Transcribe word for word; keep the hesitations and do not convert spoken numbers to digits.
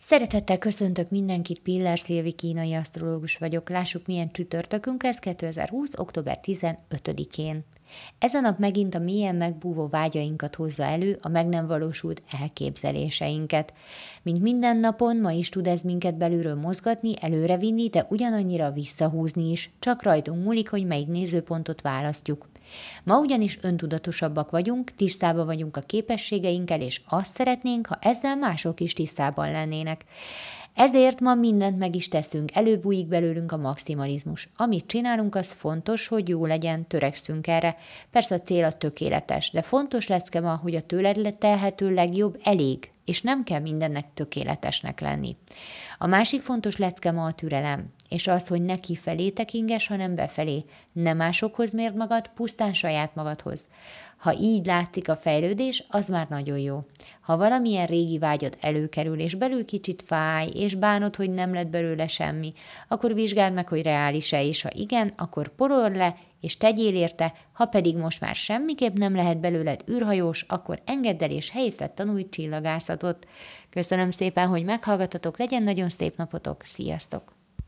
Szeretettel köszöntök mindenkit, Piller Szilvi kínai asztrológus vagyok. Lássuk, milyen csütörtökünk lesz kétezer-húsz. október tizenötödikén. Ez a nap megint a mélyen megbúvó vágyainkat hozza elő, a meg nem valósult elképzeléseinket. Mint minden napon, ma is tud ez minket belülről mozgatni, előrevinni, de ugyanannyira visszahúzni is, csak rajtunk múlik, hogy melyik nézőpontot választjuk. Ma ugyanis öntudatosabbak vagyunk, tisztában vagyunk a képességeinkkel, és azt szeretnénk, ha ezzel mások is tisztában lennének. Ezért ma mindent meg is teszünk, előbújik belőlünk a maximalizmus. Amit csinálunk, az fontos, hogy jó legyen, törekszünk erre. Persze a cél a tökéletes, de fontos lecke ma, hogy a tőled telhető legjobb elég, és nem kell mindennek tökéletesnek lenni. A másik fontos lecke ma a türelem, és az, hogy ne kifelé tekinges, hanem befelé. Ne másokhoz mérd magad, pusztán saját magadhoz. Ha így látszik a fejlődés, az már nagyon jó. Ha valamilyen régi vágyad előkerül, és belül kicsit fáj, és bánod, hogy nem lett belőle semmi, akkor vizsgáld meg, hogy reális-e, és ha igen, akkor porol le, és tegyél érte, ha pedig most már semmiképp nem lehet belőled űrhajós, akkor engedd el, és helyét tanulj csillagászatot. Köszönöm szépen, hogy meghallgatatok, legyen nagyon szép napotok, sziasztok!